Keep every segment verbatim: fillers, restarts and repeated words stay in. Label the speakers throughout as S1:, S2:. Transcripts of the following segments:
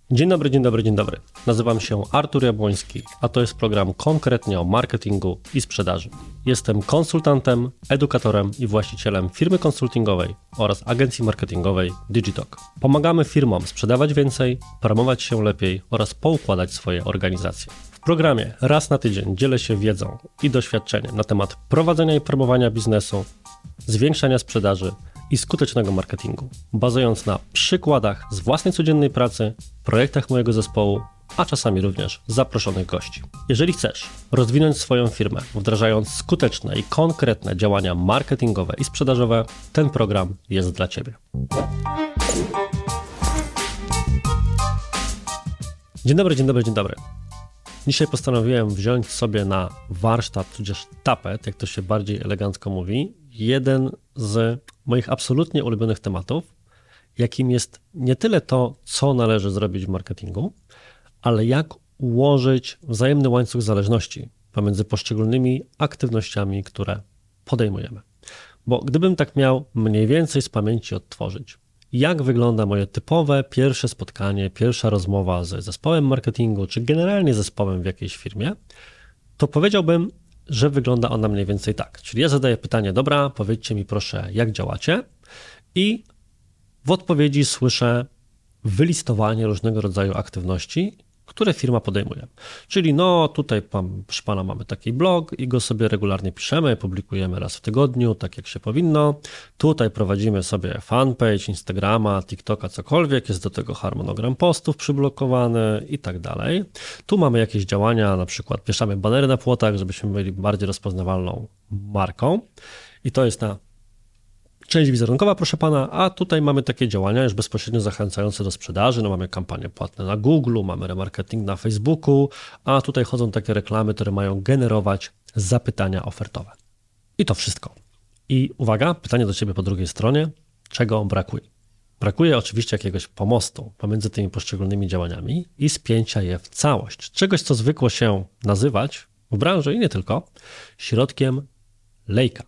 S1: Dzień dobry, dzień dobry, dzień dobry. Nazywam się Artur Jabłoński, a to jest program konkretnie o marketingu i sprzedaży. Jestem konsultantem, edukatorem i właścicielem firmy konsultingowej oraz agencji marketingowej Digitalk. Pomagamy firmom sprzedawać więcej, promować się lepiej oraz poukładać swoje organizacje. W programie raz na tydzień dzielę się wiedzą i doświadczeniem na temat prowadzenia i promowania biznesu, zwiększania sprzedaży i skutecznego marketingu, bazując na przykładach z własnej codziennej pracy, projektach mojego zespołu, a czasami również zaproszonych gości. Jeżeli chcesz rozwinąć swoją firmę, wdrażając skuteczne i konkretne działania marketingowe i sprzedażowe, ten program jest dla Ciebie. Dzień dobry, dzień dobry, dzień dobry. Dzisiaj postanowiłem wziąć sobie na warsztat, tudzież tapet, jak to się bardziej elegancko mówi, jeden z moich absolutnie ulubionych tematów, jakim jest nie tyle to, co należy zrobić w marketingu, ale jak ułożyć wzajemny łańcuch zależności pomiędzy poszczególnymi aktywnościami, które podejmujemy. Bo gdybym tak miał mniej więcej z pamięci odtworzyć, jak wygląda moje typowe pierwsze spotkanie, pierwsza rozmowa z zespołem marketingu, czy generalnie zespołem w jakiejś firmie, to powiedziałbym, że wygląda ona mniej więcej tak. Czyli ja zadaję pytanie, dobra, powiedzcie mi proszę, jak działacie, i w odpowiedzi słyszę wylistowanie różnego rodzaju aktywności, które firma podejmuje. Czyli no tutaj pan, proszę pana, mamy taki blog i go sobie regularnie piszemy, publikujemy raz w tygodniu, tak jak się powinno. Tutaj prowadzimy sobie fanpage, Instagrama, TikToka, cokolwiek, jest do tego harmonogram postów przyblokowany i tak dalej. Tu mamy jakieś działania, na przykład wieszamy banery na płotach, żebyśmy byli bardziej rozpoznawalną marką i to jest na część wizerunkowa, proszę pana, a tutaj mamy takie działania już bezpośrednio zachęcające do sprzedaży. No mamy kampanie płatne na Google, mamy remarketing na Facebooku, a tutaj chodzą takie reklamy, które mają generować zapytania ofertowe. I to wszystko. I uwaga, pytanie do Ciebie po drugiej stronie, czego brakuje? Brakuje oczywiście jakiegoś pomostu pomiędzy tymi poszczególnymi działaniami i spięcia je w całość. Czegoś, co zwykło się nazywać w branży i nie tylko, środkiem lejka.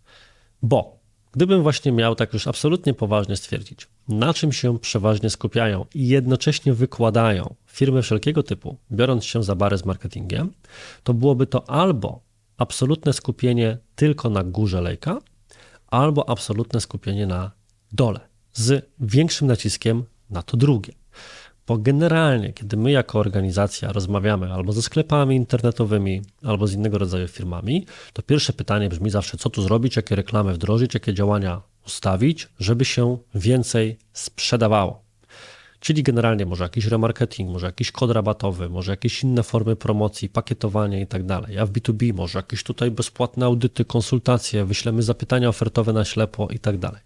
S1: Bo gdybym właśnie miał tak już absolutnie poważnie stwierdzić, na czym się przeważnie skupiają i jednocześnie wykładają firmy wszelkiego typu, biorąc się za bary z marketingiem, to byłoby to albo absolutne skupienie tylko na górze lejka, albo absolutne skupienie na dole, z większym naciskiem na to drugie. Bo generalnie, kiedy my jako organizacja rozmawiamy albo ze sklepami internetowymi, albo z innego rodzaju firmami, to pierwsze pytanie brzmi zawsze, co tu zrobić, jakie reklamy wdrożyć, jakie działania ustawić, żeby się więcej sprzedawało. Czyli generalnie może jakiś remarketing, może jakiś kod rabatowy, może jakieś inne formy promocji, pakietowanie i tak dalej. A w B dwa B może jakieś tutaj bezpłatne audyty, konsultacje, wyślemy zapytania ofertowe na ślepo i tak dalej.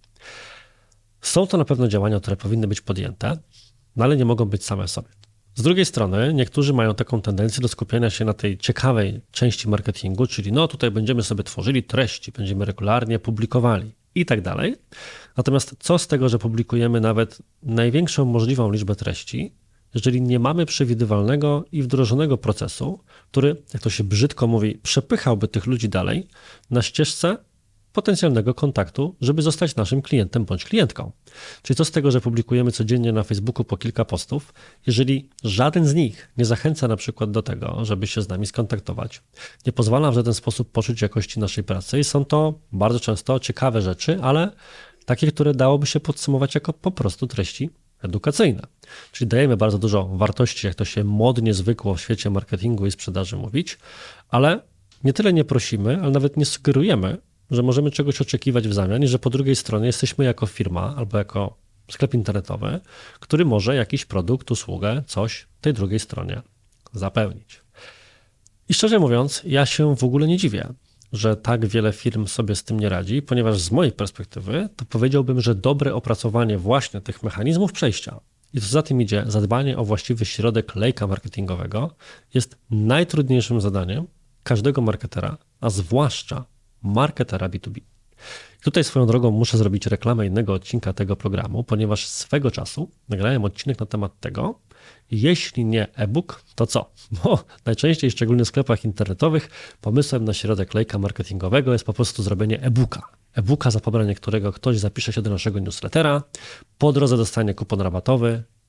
S1: Są to na pewno działania, które powinny być podjęte, no ale nie mogą być same sobie. Z drugiej strony niektórzy mają taką tendencję do skupienia się na tej ciekawej części marketingu, czyli no tutaj będziemy sobie tworzyli treści, będziemy regularnie publikowali i tak dalej. Natomiast co z tego, że publikujemy nawet największą możliwą liczbę treści, jeżeli nie mamy przewidywalnego i wdrożonego procesu, który, jak to się brzydko mówi, przepychałby tych ludzi dalej na ścieżce potencjalnego kontaktu, żeby zostać naszym klientem bądź klientką. Czyli co z tego, że publikujemy codziennie na Facebooku po kilka postów, jeżeli żaden z nich nie zachęca na przykład do tego, żeby się z nami skontaktować, nie pozwala w żaden sposób poczuć jakości naszej pracy i są to bardzo często ciekawe rzeczy, ale takie, które dałoby się podsumować jako po prostu treści edukacyjne. Czyli dajemy bardzo dużo wartości, jak to się modnie zwykło w świecie marketingu i sprzedaży mówić, ale nie tyle nie prosimy, ale nawet nie sugerujemy, że możemy czegoś oczekiwać w zamian i że po drugiej stronie jesteśmy jako firma albo jako sklep internetowy, który może jakiś produkt, usługę, coś tej drugiej stronie zapewnić. I szczerze mówiąc, ja się w ogóle nie dziwię, że tak wiele firm sobie z tym nie radzi, ponieważ z mojej perspektywy to powiedziałbym, że dobre opracowanie właśnie tych mechanizmów przejścia i co za tym idzie zadbanie o właściwy środek lejka marketingowego jest najtrudniejszym zadaniem każdego marketera, a zwłaszcza marketera B dwa B. Tutaj swoją drogą muszę zrobić reklamę innego odcinka tego programu, ponieważ swego czasu nagrałem odcinek na temat tego, jeśli nie e-book, to co? Bo najczęściej, szczególnie w sklepach internetowych, pomysłem na środek lejka marketingowego jest po prostu zrobienie e-booka. E-booka, za pobranie którego ktoś zapisze się do naszego newslettera, po drodze dostanie kupon rabatowy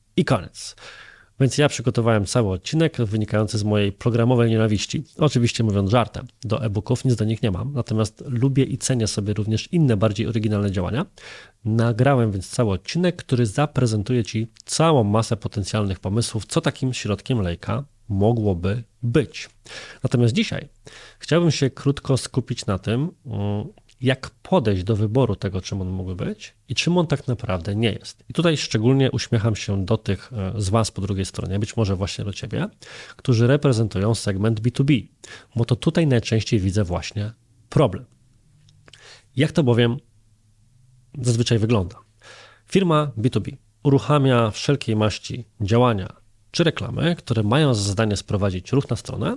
S1: I koniec. Więc ja przygotowałem cały odcinek wynikający z mojej programowej nienawiści. Oczywiście mówiąc żartem, do e-booków nic do nich nie mam, natomiast lubię i cenię sobie również inne, bardziej oryginalne działania. Nagrałem więc cały odcinek, który zaprezentuje Ci całą masę potencjalnych pomysłów, co takim środkiem lejka mogłoby być. Natomiast dzisiaj chciałbym się krótko skupić na tym, jak podejść do wyboru tego, czym on mógłby być i czym on tak naprawdę nie jest. I tutaj szczególnie uśmiecham się do tych z Was po drugiej stronie, być może właśnie do Ciebie, którzy reprezentują segment B dwa B, bo to tutaj najczęściej widzę właśnie problem. Jak to bowiem zazwyczaj wygląda? Firma B dwa B uruchamia wszelkiej maści działania czy reklamy, które mają za zadanie sprowadzić ruch na stronę,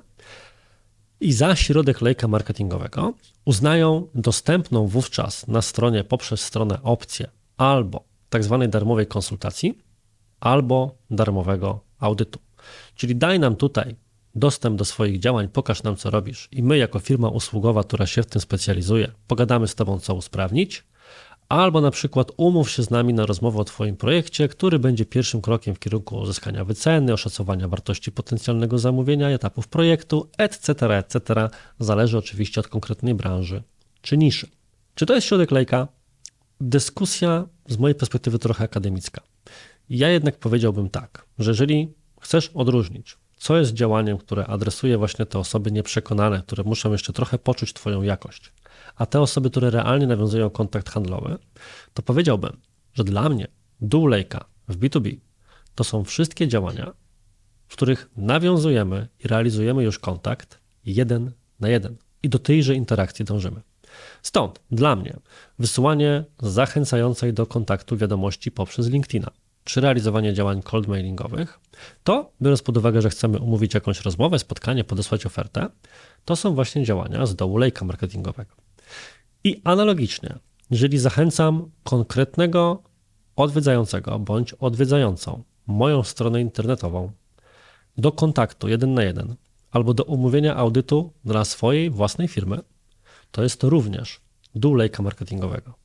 S1: i za środek lejka marketingowego uznają dostępną wówczas na stronie poprzez stronę opcję albo tak zwanej darmowej konsultacji, albo darmowego audytu. Czyli daj nam tutaj dostęp do swoich działań, pokaż nam, co robisz i my jako firma usługowa, która się w tym specjalizuje, pogadamy z Tobą, co usprawnić, albo na przykład umów się z nami na rozmowę o Twoim projekcie, który będzie pierwszym krokiem w kierunku uzyskania wyceny, oszacowania wartości potencjalnego zamówienia, etapów projektu, et cetera, et cetera. Zależy oczywiście od konkretnej branży czy niszy. Czy to jest środek lejka? Dyskusja z mojej perspektywy trochę akademicka. Ja jednak powiedziałbym tak, że jeżeli chcesz odróżnić, co jest działaniem, które adresuje właśnie te osoby nieprzekonane, które muszą jeszcze trochę poczuć Twoją jakość, a te osoby, które realnie nawiązują kontakt handlowy, to powiedziałbym, że dla mnie dół lejka w B dwa B to są wszystkie działania, w których nawiązujemy i realizujemy już kontakt jeden na jeden i do tejże interakcji dążymy. Stąd dla mnie wysyłanie zachęcającej do kontaktu wiadomości poprzez LinkedIna czy realizowanie działań cold mailingowych, to biorąc pod uwagę, że chcemy umówić jakąś rozmowę, spotkanie, podesłać ofertę, to są właśnie działania z dołu lejka marketingowego. I analogicznie, jeżeli zachęcam konkretnego odwiedzającego bądź odwiedzającą moją stronę internetową do kontaktu jeden na jeden albo do umówienia audytu dla swojej własnej firmy, to jest to również dół lejka marketingowego.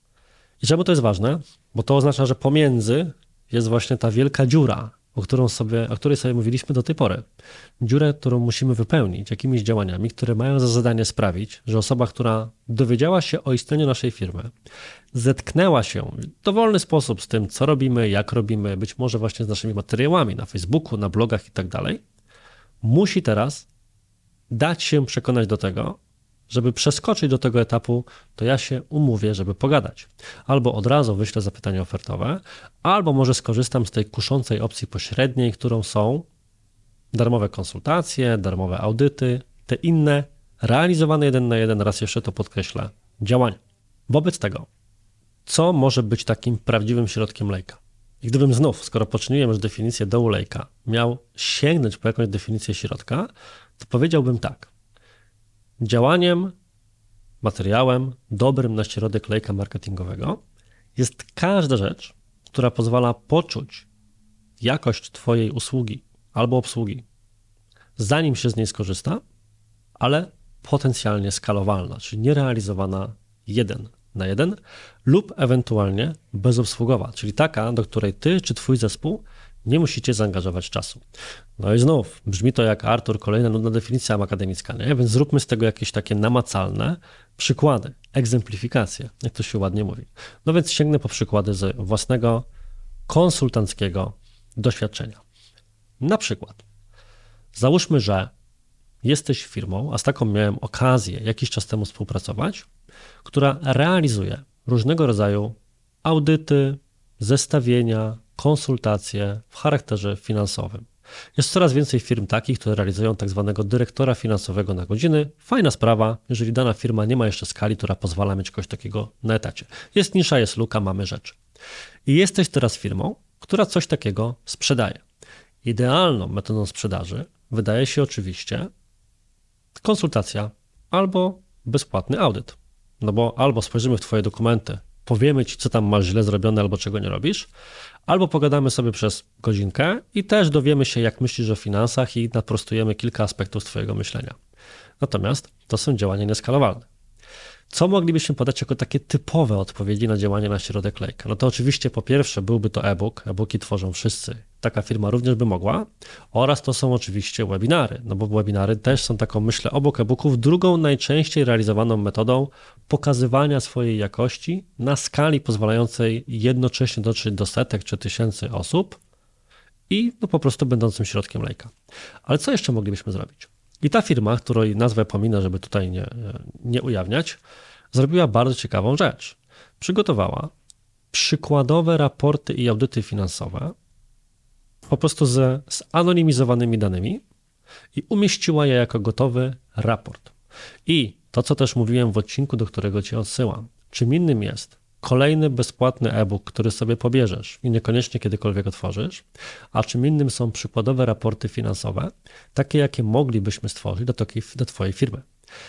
S1: I czemu to jest ważne? Bo to oznacza, że pomiędzy jest właśnie ta wielka dziura, o, którą sobie, o której sobie mówiliśmy do tej pory. Dziurę, którą musimy wypełnić jakimiś działaniami, które mają za zadanie sprawić, że osoba, która dowiedziała się o istnieniu naszej firmy, zetknęła się w dowolny sposób z tym, co robimy, jak robimy, być może właśnie z naszymi materiałami na Facebooku, na blogach i tak dalej, musi teraz dać się przekonać do tego, żeby przeskoczyć do tego etapu, to ja się umówię, żeby pogadać. Albo od razu wyślę zapytanie ofertowe, albo może skorzystam z tej kuszącej opcji pośredniej, którą są darmowe konsultacje, darmowe audyty, te inne realizowane jeden na jeden, raz jeszcze to podkreślę, działania. Wobec tego, co może być takim prawdziwym środkiem lejka? I gdybym znów, skoro poczyniłem już definicję dołu lejka, miał sięgnąć po jakąś definicję środka, to powiedziałbym tak. Działaniem, materiałem dobrym na środek lejka marketingowego jest każda rzecz, która pozwala poczuć jakość Twojej usługi albo obsługi, zanim się z niej skorzysta, ale potencjalnie skalowalna, czyli nierealizowana jeden na jeden lub ewentualnie bezobsługowa, czyli taka, do której Ty czy Twój zespół nie musicie zaangażować czasu. No i znów, brzmi to jak Artur, kolejna nudna definicja akademicka, nie? Więc zróbmy z tego jakieś takie namacalne przykłady, egzemplifikacje, jak to się ładnie mówi. No więc sięgnę po przykłady z własnego konsultanckiego doświadczenia. Na przykład, załóżmy, że jesteś firmą, a z taką miałem okazję jakiś czas temu współpracować, która realizuje różnego rodzaju audyty, zestawienia, konsultacje w charakterze finansowym. Jest coraz więcej firm takich, które realizują tak zwanego dyrektora finansowego na godziny. Fajna sprawa, jeżeli dana firma nie ma jeszcze skali, która pozwala mieć kogoś takiego na etacie. Jest nisza, jest luka, mamy rzeczy. I jesteś teraz firmą, która coś takiego sprzedaje. Idealną metodą sprzedaży wydaje się oczywiście konsultacja albo bezpłatny audyt. No bo albo spojrzymy w Twoje dokumenty, powiemy Ci, co tam masz źle zrobione albo czego nie robisz, albo pogadamy sobie przez godzinkę i też dowiemy się, jak myślisz o finansach i naprostujemy kilka aspektów Twojego myślenia. Natomiast to są działania nieskalowalne. Co moglibyśmy podać jako takie typowe odpowiedzi na działanie na środek lejka? No to oczywiście po pierwsze byłby to e-book, e-booki tworzą wszyscy, taka firma również by mogła, oraz to są oczywiście webinary, no bo webinary też są taką, myślę, obok e-booków drugą najczęściej realizowaną metodą pokazywania swojej jakości na skali pozwalającej jednocześnie dotrzeć do setek czy tysięcy osób i no po prostu będącym środkiem lejka. Ale co jeszcze moglibyśmy zrobić? I ta firma, której nazwę pominę, żeby tutaj nie, nie ujawniać, zrobiła bardzo ciekawą rzecz. Przygotowała przykładowe raporty i audyty finansowe po prostu ze zanonimizowanymi danymi i umieściła je jako gotowy raport. I to, co też mówiłem w odcinku, do którego Cię odsyłam, czym innym jest kolejny bezpłatny e-book, który sobie pobierzesz i niekoniecznie kiedykolwiek otworzysz, a czym innym są przykładowe raporty finansowe, takie jakie moglibyśmy stworzyć do, takiej, do Twojej firmy.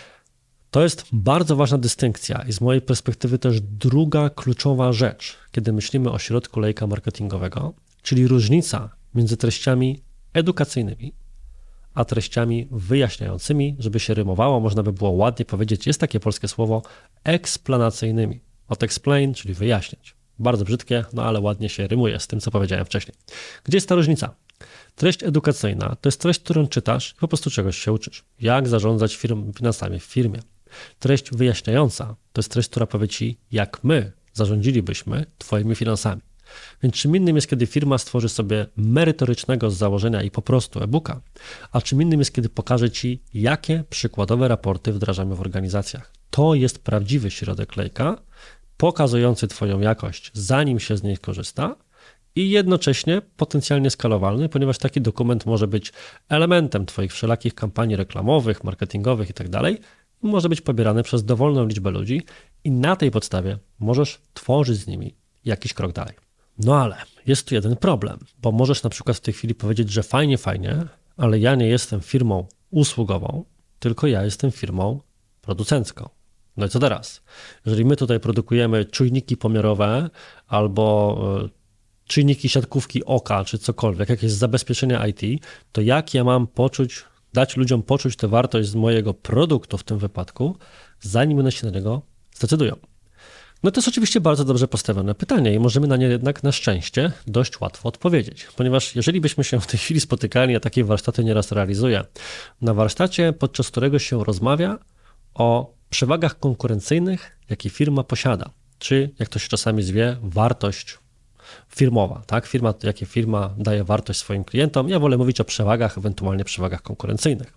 S1: To jest bardzo ważna dystynkcja i z mojej perspektywy też druga kluczowa rzecz, kiedy myślimy o środku lejka marketingowego, czyli różnica między treściami edukacyjnymi a treściami wyjaśniającymi, żeby się rymowało, można by było ładnie powiedzieć, jest takie polskie słowo, eksplanacyjnymi. Od explain, czyli wyjaśniać. Bardzo brzydkie, no ale ładnie się rymuje z tym, co powiedziałem wcześniej. Gdzie jest ta różnica? Treść edukacyjna to jest treść, którą czytasz i po prostu czegoś się uczysz. Jak zarządzać firm, finansami w firmie. Treść wyjaśniająca to jest treść, która powie Ci, jak my zarządzilibyśmy Twoimi finansami. Więc czym innym jest, kiedy firma stworzy sobie merytorycznego z założenia i po prostu e-booka, a czym innym jest, kiedy pokaże Ci, jakie przykładowe raporty wdrażamy w organizacjach. To jest prawdziwy środek lejka, pokazujący Twoją jakość, zanim się z niej korzysta i jednocześnie potencjalnie skalowalny, ponieważ taki dokument może być elementem Twoich wszelakich kampanii reklamowych, marketingowych itd. i może być pobierany przez dowolną liczbę ludzi i na tej podstawie możesz tworzyć z nimi jakiś krok dalej. No ale jest tu jeden problem, bo możesz na przykład w tej chwili powiedzieć, że fajnie, fajnie, ale ja nie jestem firmą usługową, tylko ja jestem firmą producencką. No i co teraz? Jeżeli my tutaj produkujemy czujniki pomiarowe albo czujniki siatkówki oka, czy cokolwiek, jakieś zabezpieczenia I T, to jak ja mam poczuć, dać ludziom poczuć tę wartość z mojego produktu w tym wypadku, zanim one się na niego zdecydują? No to jest oczywiście bardzo dobrze postawione pytanie i możemy na nie jednak na szczęście dość łatwo odpowiedzieć, ponieważ jeżeli byśmy się w tej chwili spotykali, a takie warsztaty nieraz realizuję, na warsztacie, podczas którego się rozmawia o przewagach konkurencyjnych, jakie firma posiada, czy jak to się czasami zwie, wartość firmowa, tak? Firma, jakie firma daje wartość swoim klientom. Ja wolę mówić o przewagach, ewentualnie przewagach konkurencyjnych.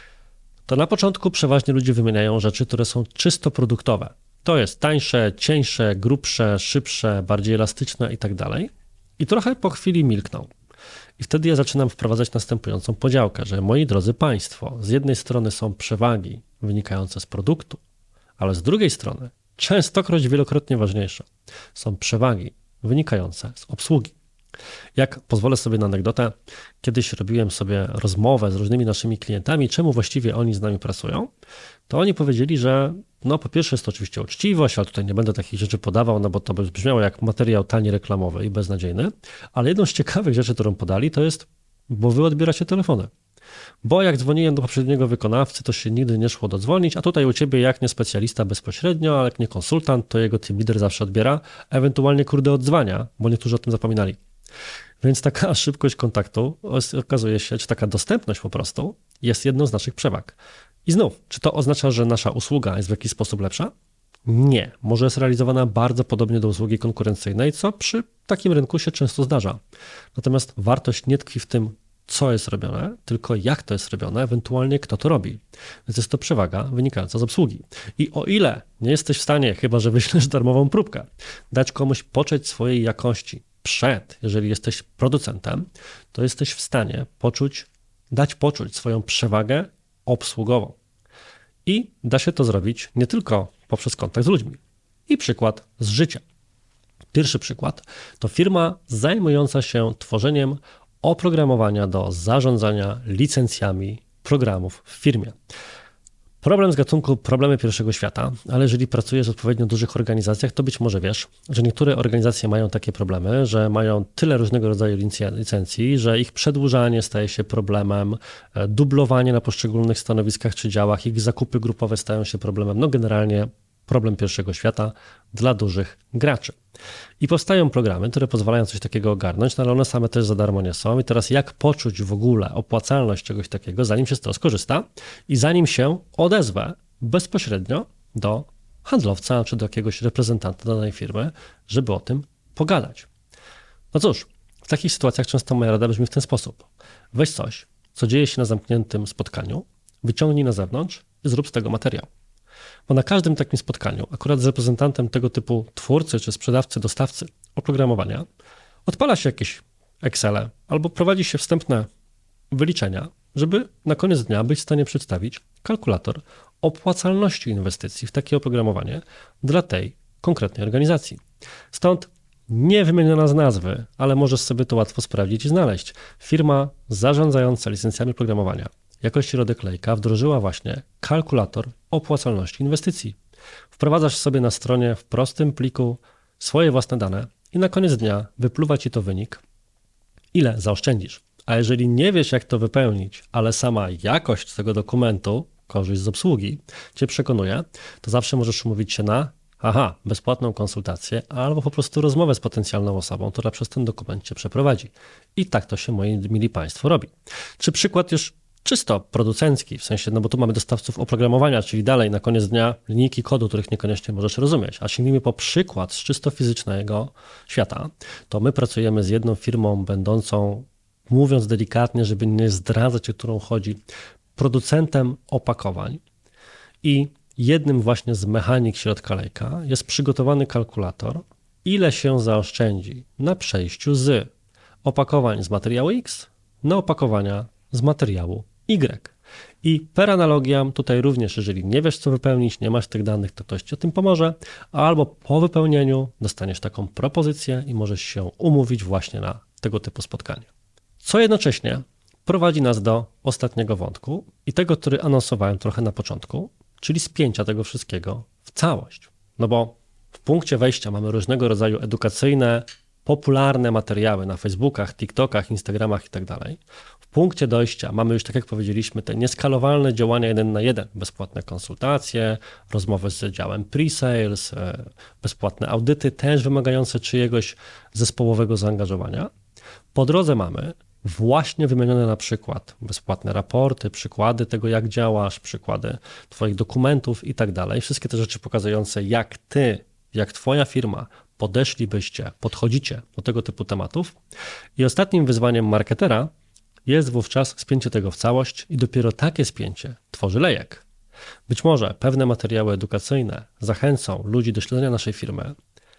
S1: To na początku przeważnie ludzie wymieniają rzeczy, które są czysto produktowe. To jest tańsze, cieńsze, grubsze, szybsze, bardziej elastyczne i tak dalej. I trochę po chwili milkną. I wtedy ja zaczynam wprowadzać następującą podziałkę, że moi drodzy Państwo, z jednej strony są przewagi wynikające z produktu, ale z drugiej strony, częstokroć wielokrotnie ważniejsze, są przewagi wynikające z obsługi. Jak pozwolę sobie na anegdotę, kiedyś robiłem sobie rozmowę z różnymi naszymi klientami, czemu właściwie oni z nami pracują, to oni powiedzieli, że no po pierwsze jest to oczywiście uczciwość, ale tutaj nie będę takich rzeczy podawał, no bo to by brzmiało jak materiał tani reklamowy i beznadziejny, ale jedną z ciekawych rzeczy, którą podali, to jest, bo wy odbieracie telefony. Bo jak dzwoniłem do poprzedniego wykonawcy, to się nigdy nie szło dodzwonić, a tutaj u Ciebie jak nie specjalista bezpośrednio, ale jak nie konsultant, to jego team leader zawsze odbiera, ewentualnie kurde odzwania, bo niektórzy o tym zapominali. Więc taka szybkość kontaktu okazuje się, czy taka dostępność po prostu jest jedną z naszych przewag. I znów, czy to oznacza, że nasza usługa jest w jakiś sposób lepsza? Nie. Może jest realizowana bardzo podobnie do usługi konkurencyjnej, co przy takim rynku się często zdarza. Natomiast wartość nie tkwi w tym, co jest robione, tylko jak to jest robione, ewentualnie kto to robi. Więc jest to przewaga wynikająca z obsługi. I o ile nie jesteś w stanie, chyba że wyślesz darmową próbkę, dać komuś poczuć swojej jakości przed, jeżeli jesteś producentem, to jesteś w stanie poczuć, dać poczuć swoją przewagę obsługową. I da się to zrobić nie tylko poprzez kontakt z ludźmi. I przykład z życia. Pierwszy przykład to firma zajmująca się tworzeniem oprogramowania do zarządzania licencjami programów w firmie. Problem z gatunku problemy pierwszego świata, ale jeżeli pracujesz w odpowiednio dużych organizacjach, to być może wiesz, że niektóre organizacje mają takie problemy, że mają tyle różnego rodzaju licencji, że ich przedłużanie staje się problemem, dublowanie na poszczególnych stanowiskach czy działach, ich zakupy grupowe stają się problemem. No generalnie problem pierwszego świata dla dużych graczy. I powstają programy, które pozwalają coś takiego ogarnąć, no ale one same też za darmo nie są. I teraz jak poczuć w ogóle opłacalność czegoś takiego, zanim się z tego skorzysta i zanim się odezwę bezpośrednio do handlowca czy do jakiegoś reprezentanta danej firmy, żeby o tym pogadać. No cóż, w takich sytuacjach często moja rada brzmi w ten sposób. Weź coś, co dzieje się na zamkniętym spotkaniu, wyciągnij na zewnątrz i zrób z tego materiał. Bo na każdym takim spotkaniu, akurat z reprezentantem tego typu twórcy czy sprzedawcy, dostawcy oprogramowania, odpala się jakieś Excele albo prowadzi się wstępne wyliczenia, żeby na koniec dnia być w stanie przedstawić kalkulator opłacalności inwestycji w takie oprogramowanie dla tej konkretnej organizacji. Stąd nie wymieniona z nazwy, ale możesz sobie to łatwo sprawdzić i znaleźć. Firma zarządzająca licencjami programowania jako środek Lejka wdrożyła właśnie kalkulator opłacalności inwestycji. Wprowadzasz sobie na stronie w prostym pliku swoje własne dane i na koniec dnia wypluwa ci to wynik, ile zaoszczędzisz. A jeżeli nie wiesz, jak to wypełnić, ale sama jakość tego dokumentu, korzyść z obsługi cię przekonuje, to zawsze możesz umówić się na aha, bezpłatną konsultację albo po prostu rozmowę z potencjalną osobą, która przez ten dokument cię przeprowadzi. I tak to się, moi mili Państwo, robi. Czy przykład już czysto producencki, w sensie, no bo tu mamy dostawców oprogramowania, czyli dalej na koniec dnia linijki kodu, których niekoniecznie możesz rozumieć, a sięgnijmy po przykład z czysto fizycznego świata, to my pracujemy z jedną firmą będącą, mówiąc delikatnie, żeby nie zdradzać, o którą chodzi, producentem opakowań i jednym właśnie z mechanik środka Lejka jest przygotowany kalkulator, ile się zaoszczędzi na przejściu z opakowań z materiału X na opakowania z materiału Y. I per analogiam tutaj również, jeżeli nie wiesz, co wypełnić, nie masz tych danych, to ktoś ci o tym pomoże, albo po wypełnieniu dostaniesz taką propozycję i możesz się umówić właśnie na tego typu spotkanie. Co jednocześnie prowadzi nas do ostatniego wątku i tego, który anonsowałem trochę na początku, czyli spięcia tego wszystkiego w całość. No bo w punkcie wejścia mamy różnego rodzaju edukacyjne, popularne materiały na Facebookach, TikTokach, Instagramach i tak dalej. W punkcie dojścia mamy już, tak jak powiedzieliśmy, te nieskalowalne działania jeden na jeden, bezpłatne konsultacje, rozmowy z działem pre-sales, bezpłatne audyty, też wymagające czyjegoś zespołowego zaangażowania. Po drodze mamy właśnie wymienione na przykład bezpłatne raporty, przykłady tego, jak działasz, przykłady twoich dokumentów i tak dalej. Wszystkie te rzeczy pokazujące, jak ty, jak twoja firma podeszlibyście, podchodzicie do tego typu tematów. I ostatnim wyzwaniem marketera jest wówczas spięcie tego w całość i dopiero takie spięcie tworzy lejek. Być może pewne materiały edukacyjne zachęcą ludzi do śledzenia naszej firmy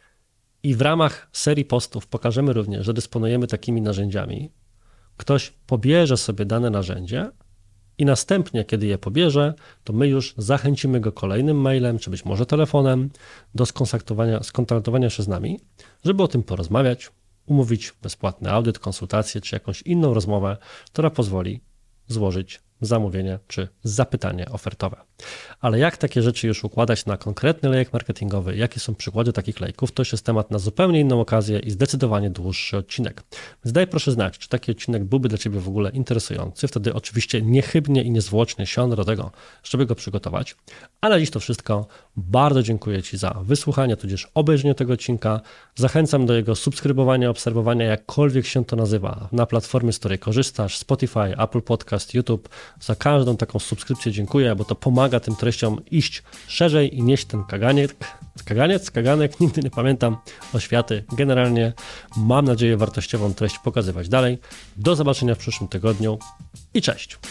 S1: i w ramach serii postów pokażemy również, że dysponujemy takimi narzędziami. Ktoś pobierze sobie dane narzędzie i następnie, kiedy je pobierze, to my już zachęcimy go kolejnym mailem, czy być może telefonem do skontaktowania, skontaktowania się z nami, żeby o tym porozmawiać, umówić bezpłatny audyt, konsultację, czy jakąś inną rozmowę, która pozwoli złożyć zamówienie czy zapytanie ofertowe. Ale jak takie rzeczy już układać na konkretny lejek marketingowy, jakie są przykłady takich lejków, to już jest temat na zupełnie inną okazję i zdecydowanie dłuższy odcinek. Więc daj proszę znać, czy taki odcinek byłby dla Ciebie w ogóle interesujący. Wtedy oczywiście niechybnie i niezwłocznie siądę do tego, żeby go przygotować. A na dziś to wszystko. Bardzo dziękuję Ci za wysłuchanie, tudzież obejrzenie tego odcinka. Zachęcam do jego subskrybowania, obserwowania, jakkolwiek się to nazywa, na platformie, z której korzystasz, Spotify, Apple Podcast, YouTube. Za każdą taką subskrypcję dziękuję, bo to pomaga tym treściom iść szerzej i nieść ten kaganiec, kaganiec, kaganek, nigdy nie pamiętam, oświaty. Generalnie mam nadzieję wartościową treść pokazywać dalej. Do zobaczenia w przyszłym tygodniu i cześć.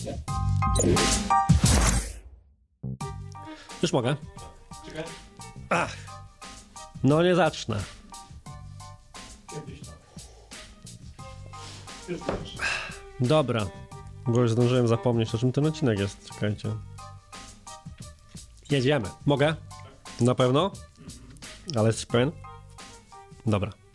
S1: Już mogę? Ach, no nie zacznę. Dobra. Bo już zdążyłem zapomnieć, o czym ten odcinek jest. Czekajcie. Jedziemy. Mogę? Na pewno? Ale jesteś pewien? Dobra.